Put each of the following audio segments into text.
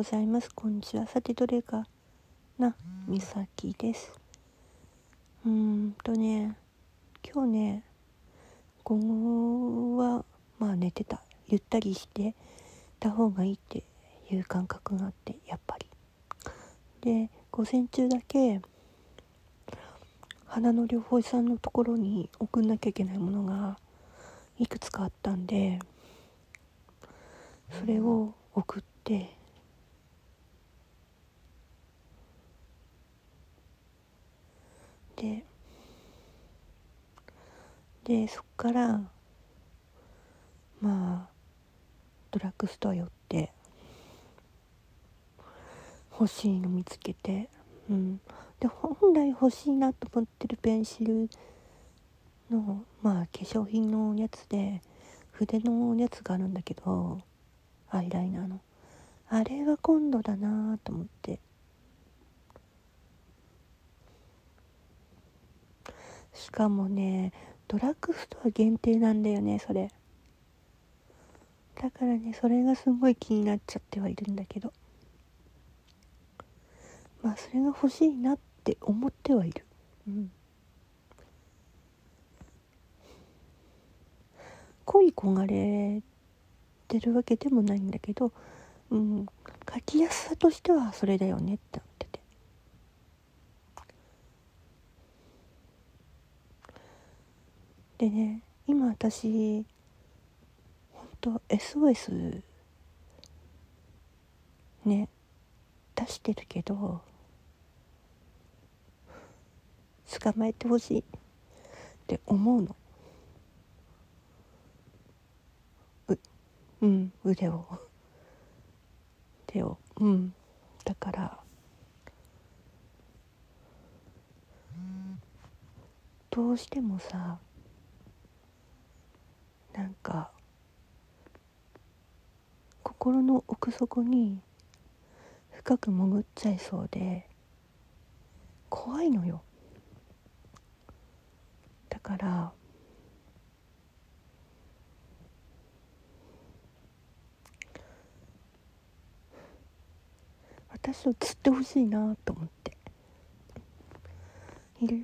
ざいます。こんにちは。さてどれかな、みさきです。今日ね、午後は寝てた。ゆったりしてた方がいいっていう感覚があって、やっぱり。で、午前中だけ鼻の療法士さんのところに送んなきゃいけないものがいくつかあったんで、それを送ってでそっからドラッグストア寄って欲しいの見つけて、で本来欲しいなと思ってるペンシルの化粧品のやつで筆のやつがあるんだけど、アイライナーのあれは今度だなと思って、しかもねドラッグストア限定なんだよね、それだからね、それがすごい気になっちゃってはいるんだけど、それが欲しいなって思ってはいる。恋焦がれてるわけでもないんだけど、書きやすさとしてはそれだよねって思ってて、でね、今私ほんと SOS ね出してるけど、捕まえてほしいって思うの。腕を手をだからどうしてもさ、心の奥底に深く潜っちゃいそうで怖いのよ。だから私を釣ってほしいなと思っているよ。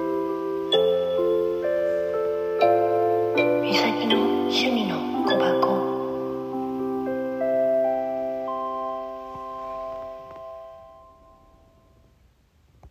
みさきの趣味の小箱。